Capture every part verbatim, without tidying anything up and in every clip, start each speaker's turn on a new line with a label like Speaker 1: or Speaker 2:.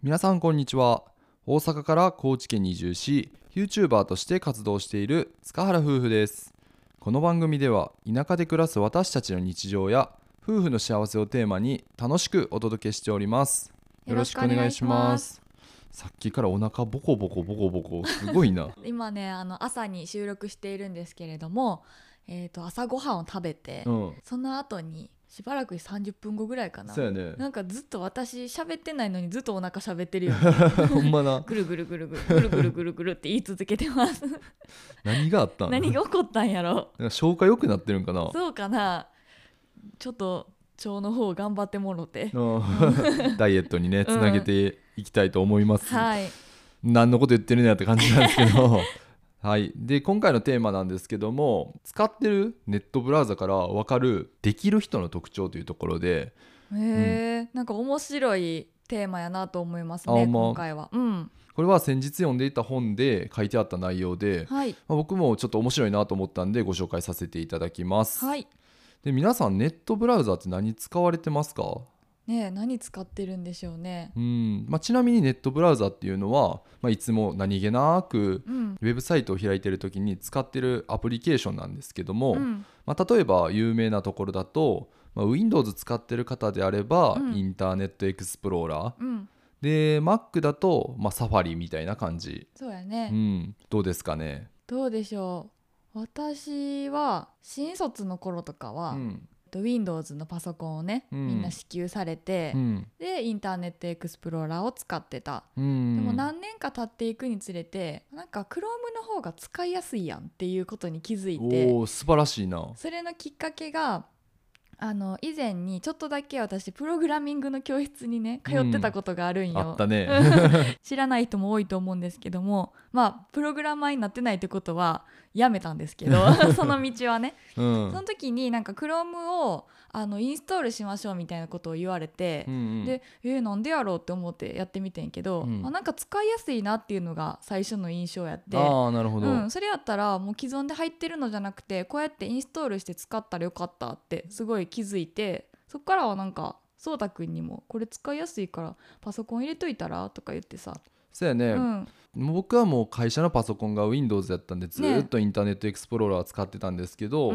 Speaker 1: 皆さんこんにちは。大阪から高知県に移住し YouTuber として活動している塚原夫婦です。この番組では田舎で暮らす私たちの日常や夫婦の幸せをテーマに楽しくお届けしております。よろしくお願いします。さっきからお腹ボコボコボコボコすごいな
Speaker 2: 今ねあの朝に収録しているんですけれども、えー、と朝ごはんを食べて、
Speaker 1: うん、
Speaker 2: その後にしばらくさんじゅっぷんごぐらいかな。
Speaker 1: そうやね。
Speaker 2: なんかずっと私喋ってないのにずっとお腹喋ってるよね
Speaker 1: ほんまな。
Speaker 2: ぐるぐるぐるぐるぐるぐるぐるぐるって言い続けてます
Speaker 1: 何があったん？
Speaker 2: 何が起こったんやろ。
Speaker 1: なんか消化良くなってるんかな。
Speaker 2: そうかな。ちょっと腸の方頑張ってもろて、
Speaker 1: うんダイエットにねつなげていきたいと思います、
Speaker 2: はい。
Speaker 1: 何のこと言ってるんやって感じなんですけどはい。で今回のテーマなんですけども、使ってるネットブラウザから分かるできる人の特徴というところで、
Speaker 2: へえ、うん、なんか面白いテーマやなと思いますね、
Speaker 1: まあ、
Speaker 2: 今回は。うん。
Speaker 1: これは先日読んでいた本で書いてあった内容で、
Speaker 2: はい、
Speaker 1: まあ、僕もちょっと面白いなと思ったんでご紹介させていただきます。
Speaker 2: はい。
Speaker 1: で皆さんネットブラウザって何使われてますか？
Speaker 2: ねえ、何使ってるんでしょうね。
Speaker 1: うん、まあ、ちなみにネットブラウザっていうのは、まあ、いつも何気なく
Speaker 2: うん、
Speaker 1: ウェブサイトを開いてる時に使ってるアプリケーションなんですけども、
Speaker 2: うん、
Speaker 1: まあ、例えば有名なところだと、まあ、Windows 使ってる方であれば、
Speaker 2: うん、
Speaker 1: インターネットエクスプローラー
Speaker 2: うん、
Speaker 1: で Mac だと、まあ、サファリみたいな感じ、
Speaker 2: そうやね、
Speaker 1: うん、どうですかね。
Speaker 2: どうでしょう。私は新卒の頃とかは、
Speaker 1: うん、
Speaker 2: Windows のパソコンをね、
Speaker 1: うん、
Speaker 2: みんな支給されて、
Speaker 1: うん、
Speaker 2: でインターネットエクスプローラーを使ってた。
Speaker 1: うん、
Speaker 2: でも何年か経っていくにつれて、なんか Chrome の方が使いやすいやんっていうことに気づいて、
Speaker 1: おー素晴らしいな。
Speaker 2: それのきっかけが、あの以前にちょっとだけ私プログラミングの教室にね通ってたことがあるんよ、
Speaker 1: あったね
Speaker 2: 知らない人も多いと思うんですけども、まあプログラマーになってないってことはやめたんですけどその道はね、
Speaker 1: うん、
Speaker 2: その時になんか Chrome をあのインストールしましょうみたいなことを言われて、
Speaker 1: うんうん、
Speaker 2: でえー、なんでやろうって思ってやってみてんけど、
Speaker 1: うん、
Speaker 2: あなんか使いやすいなっていうのが最初の印象やって、
Speaker 1: ああなるほど、
Speaker 2: うん、それやったらもう既存で入ってるのじゃなくてこうやってインストールして使ったらよかったってすごい気づいて、そっからはなんかそうたくんにもこれ使いやすいからパソコン入れといたらとか言ってさ。
Speaker 1: そうやね、
Speaker 2: うん、
Speaker 1: 僕はもう会社のパソコンが Windows やったんでずっとインターネットエクスプローラー使ってたんですけど、
Speaker 2: うんうん、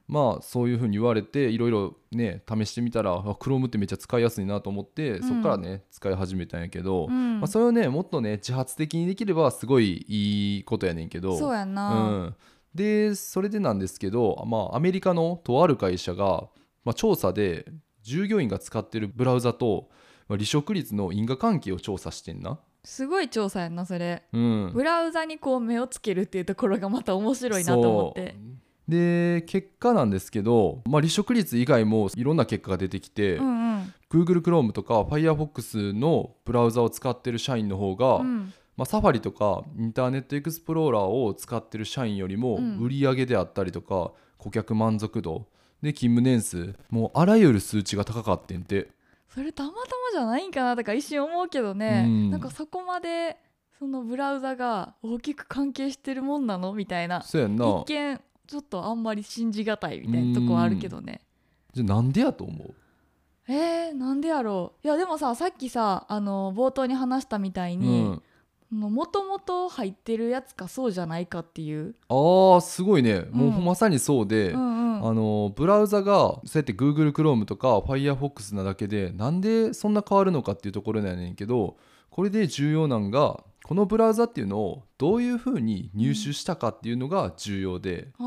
Speaker 1: まあそういう風に言われていろいろね試してみたら Chrome ってめっちゃ使いやすいなと思って、
Speaker 2: うん、
Speaker 1: そっからね使い始めたんやけど、
Speaker 2: うん
Speaker 1: まあ、それをねもっとね自発的にできればすごいいいことやねんけど、
Speaker 2: そうやな、
Speaker 1: うん、でそれでなんですけど、まあ、アメリカのとある会社が、まあ、調査で従業員が使ってるブラウザと、まあ、離職率の因果関係を調査してんな。
Speaker 2: すごい調査やんなそれ、
Speaker 1: うん、
Speaker 2: ブラウザにこう目をつけるっていうところがまた面白いなと思って。
Speaker 1: で結果なんですけど、まあ、離職率以外もいろんな結果が出てきて、
Speaker 2: うんうん、
Speaker 1: Google Chrome とか Firefox のブラウザを使ってる社員の方が、
Speaker 2: うん
Speaker 1: まあ、サファリとかインターネットエクスプローラーを使ってる社員よりも
Speaker 2: うん
Speaker 1: 売上であったりとか顧客満足度で勤務年数、もうあらゆる数値が高かってんて。
Speaker 2: それたまたまじゃないんかなとか一瞬思うけどね、
Speaker 1: うん
Speaker 2: なんかそこまでそのブラウザが大きく関係してるもんなのみたいな、
Speaker 1: そうやんな。
Speaker 2: 一見ちょっとあんまり信じがたいみたいなとこはあるけどね。
Speaker 1: じゃあなんでやと思う？
Speaker 2: えー、なんでやろう。いやでもさ、さっきさあの冒頭に話したみたいに、もともと入ってるやつかそうじゃないかっていう。
Speaker 1: あーすごいね、
Speaker 2: うん、
Speaker 1: もうまさにそうで、
Speaker 2: うんうん、
Speaker 1: あのブラウザがそうやって Google Chrome とか Firefox なだけでなんでそんな変わるのかっていうところなんやねんけど、これで重要なんがこのブラウザっていうのをどういうふうに入手したかっていうのが重要で、
Speaker 2: うん、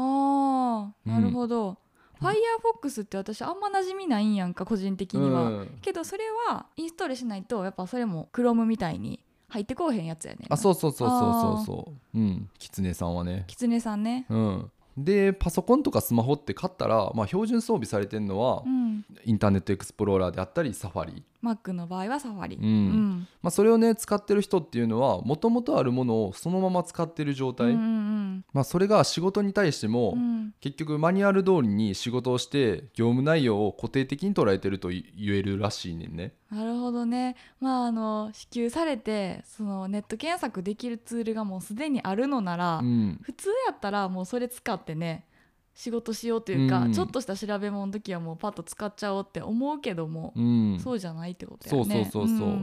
Speaker 2: あーなるほど、
Speaker 1: うん、
Speaker 2: Firefox って私あんま馴染みないんやんか個人的には、
Speaker 1: うん、
Speaker 2: けどそれはインストールしないとやっぱそれも Chrome みたいに入ってこうへんやつやねんな。
Speaker 1: あそうそうそうそうそうそう、うん、キツネさんはね、
Speaker 2: キツネさんね、
Speaker 1: うん、でパソコンとかスマホって買ったら、まあ、標準装備されてるのは、
Speaker 2: うん、
Speaker 1: インターネットエクスプローラーであったりサファリ、
Speaker 2: Mac の場合はサファリ、
Speaker 1: うん
Speaker 2: うん
Speaker 1: まあ、それをね使ってる人っていうのはもともとあるものをそのまま使ってる状態、
Speaker 2: うんうん
Speaker 1: まあ、それが仕事に対しても、
Speaker 2: うん、
Speaker 1: 結局マニュアル通りに仕事をして業務内容を固定的に捉えてると言えるらしいねんね。
Speaker 2: なるほどね。まああの支給されてそのネット検索できるツールがもうすでにあるのなら、
Speaker 1: うん、
Speaker 2: 普通やったらもうそれ使ってね仕事しようというか、
Speaker 1: うん、
Speaker 2: ちょっとした調べ物の時はもうパッと使っちゃおうって思うけども、
Speaker 1: うん、
Speaker 2: そうじゃないってことやね。
Speaker 1: そうそうそうそう、
Speaker 2: ん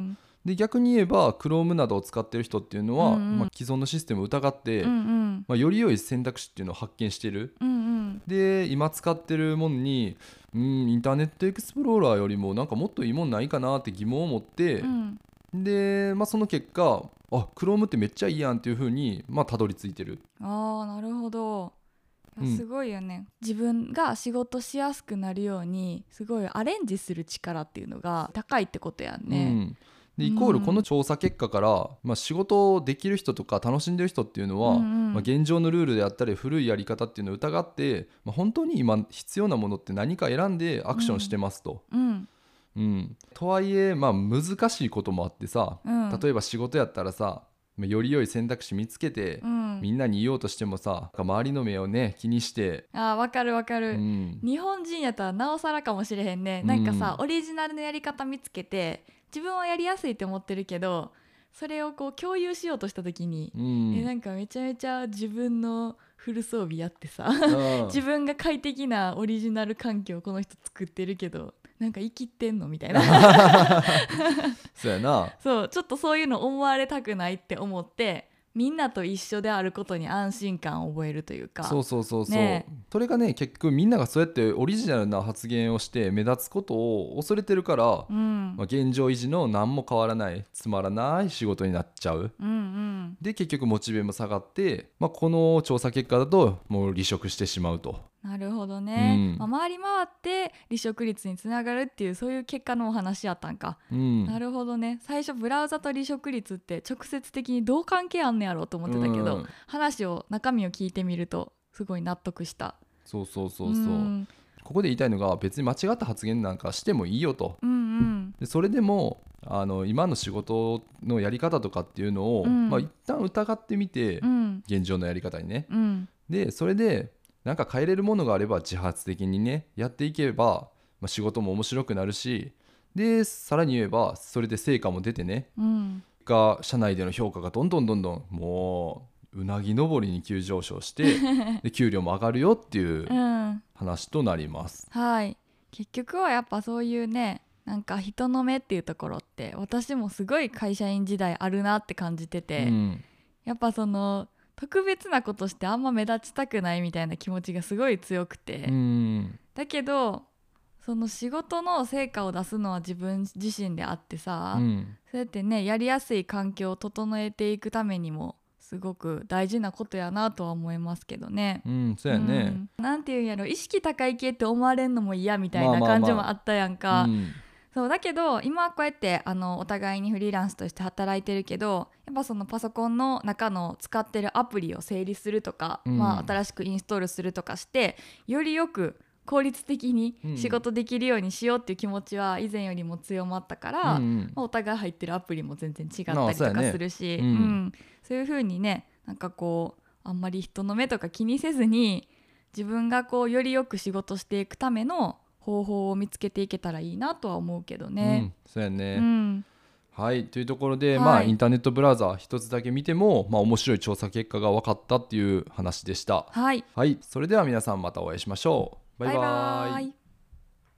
Speaker 1: で逆に言えば Chrome などを使ってる人っていうのは、
Speaker 2: うんうん
Speaker 1: まあ、既存のシステムを疑って、
Speaker 2: うんうん
Speaker 1: まあ、より良い選択肢っていうのを発見してる。
Speaker 2: うんうん
Speaker 1: で今使ってるもんにうんインターネットエクスプローラーよりもなんかもっといいもんないかなって疑問を持って、
Speaker 2: うん
Speaker 1: で、まあ、その結果あ Chrome ってめっちゃいいやんっていう風にまあたどり着いてる。
Speaker 2: ああなるほど。いや
Speaker 1: うん
Speaker 2: すごいよね、自分が仕事しやすくなるようにすごいアレンジする力っていうのが高いってことやん
Speaker 1: う
Speaker 2: ね。
Speaker 1: ん、でイコールこの調査結果から、まあ、仕事をできる人とか楽しんでる人っていうのは、
Speaker 2: うんうん
Speaker 1: まあ、現状のルールであったり古いやり方っていうのを疑って、まあ、本当に今必要なものって何か選んでアクションしてますと。
Speaker 2: うん
Speaker 1: うんとはいえ、まあ、難しいこともあってさ、
Speaker 2: うん
Speaker 1: 例えば仕事やったらさまあより良い選択肢見つけて、
Speaker 2: うん
Speaker 1: みんなに言おうとしてもさ周りの目をね気にして、
Speaker 2: あーわかるわか
Speaker 1: う
Speaker 2: る、
Speaker 1: ん
Speaker 2: 日本人やったらなおさらかもしれへんね、
Speaker 1: うん
Speaker 2: なんかさオリジナルのやり方見つけて自分はやりやすいって思ってるけどそれをこう共有しようとした時に、
Speaker 1: うん
Speaker 2: えなんかめちゃめちゃ自分のフル装備やってさ
Speaker 1: うん
Speaker 2: 自分が快適なオリジナル環境をこの人作ってるけどなんか生きてんのみたいな
Speaker 1: そうやな。
Speaker 2: そうちょっとそういうの思われたくないって思ってみんなと一緒であることに安心感を覚えるというか。
Speaker 1: そうそうそうそう、
Speaker 2: ね
Speaker 1: それがね結局みんながそうやってオリジナルな発言をして目立つことを恐れてるから、
Speaker 2: うん
Speaker 1: まあ、現状維持の何も変わらないつまらない仕事になっちゃう。
Speaker 2: うんうん
Speaker 1: で結局モチベも下がって、まあ、この調査結果だともう離職してしまうと。
Speaker 2: なるほどね、
Speaker 1: うん
Speaker 2: まあ、回り回って離職率につながるっていうそういう結果のお話やったんか、
Speaker 1: うん
Speaker 2: なるほどね。最初ブラウザと離職率って直接的にどう関係あんねやろうと思ってたけど、
Speaker 1: うん
Speaker 2: 話を中身を聞いてみるとすごい納得した。
Speaker 1: そうそうそうそう、
Speaker 2: ん
Speaker 1: ここで言いたいのが別に間違った発言なんかしてもいいよと。
Speaker 2: うんうん
Speaker 1: でそれでもあの今の仕事のやり方とかっていうのを、
Speaker 2: うん
Speaker 1: まあ、一旦疑ってみて、
Speaker 2: うん
Speaker 1: 現状のやり方にね。
Speaker 2: うん
Speaker 1: でそれでなんか変えれるものがあれば自発的にねやっていけば、まあ、仕事も面白くなるし、でさらに言えばそれで成果も出てね
Speaker 2: うん
Speaker 1: が社内での評価がどんどんどんどんもううなぎ登りに急上昇してで給料も上がるよっていう
Speaker 2: うん
Speaker 1: 話となります。
Speaker 2: はい結局はやっぱそういうねなんか人の目っていうところって私もすごい会社員時代あるなって感じてて、
Speaker 1: うん
Speaker 2: やっぱその特別なことしてあんま目立ちたくないみたいな気持ちがすごい強くて、
Speaker 1: うん
Speaker 2: だけどその仕事の成果を出すのは自分自身であってさ、
Speaker 1: うん
Speaker 2: そうやってねやりやすい環境を整えていくためにもすごく大事なことやなとは思いますけどね。
Speaker 1: うんそうやね、
Speaker 2: うんなんていうんやろ意識高い系って思われんのも嫌みたいな
Speaker 1: まあまあまあ
Speaker 2: 感じもあったやんか、
Speaker 1: うん
Speaker 2: そうだけど今はこうやってあのお互いにフリーランスとして働いてるけどやっぱそのパソコンの中の使ってるアプリを整理するとか、
Speaker 1: うん
Speaker 2: まあ、新しくインストールするとかしてよりよく効率的に仕事できるようにしようっていう気持ちは以前よりも強まったから、
Speaker 1: うんうん
Speaker 2: まあ、お互い入ってるアプリも全然違ったりと
Speaker 1: まあそうやね
Speaker 2: かするし、
Speaker 1: うん
Speaker 2: うんそういう風にねなんかこうあんまり人の目とか気にせずに自分がこうよりよく仕事していくための方法を見つけていけたらいいなとは思うけど
Speaker 1: う
Speaker 2: ね。
Speaker 1: んそうやね、
Speaker 2: うん
Speaker 1: はいというところで、
Speaker 2: はい
Speaker 1: まあインターネットブラウザー一つだけ見ても、まあ、面白い調査結果が分かったっていう話でした。
Speaker 2: はい、
Speaker 1: はいそれでは皆さんまたお会いしましょう。バイバイ。
Speaker 2: バイバイ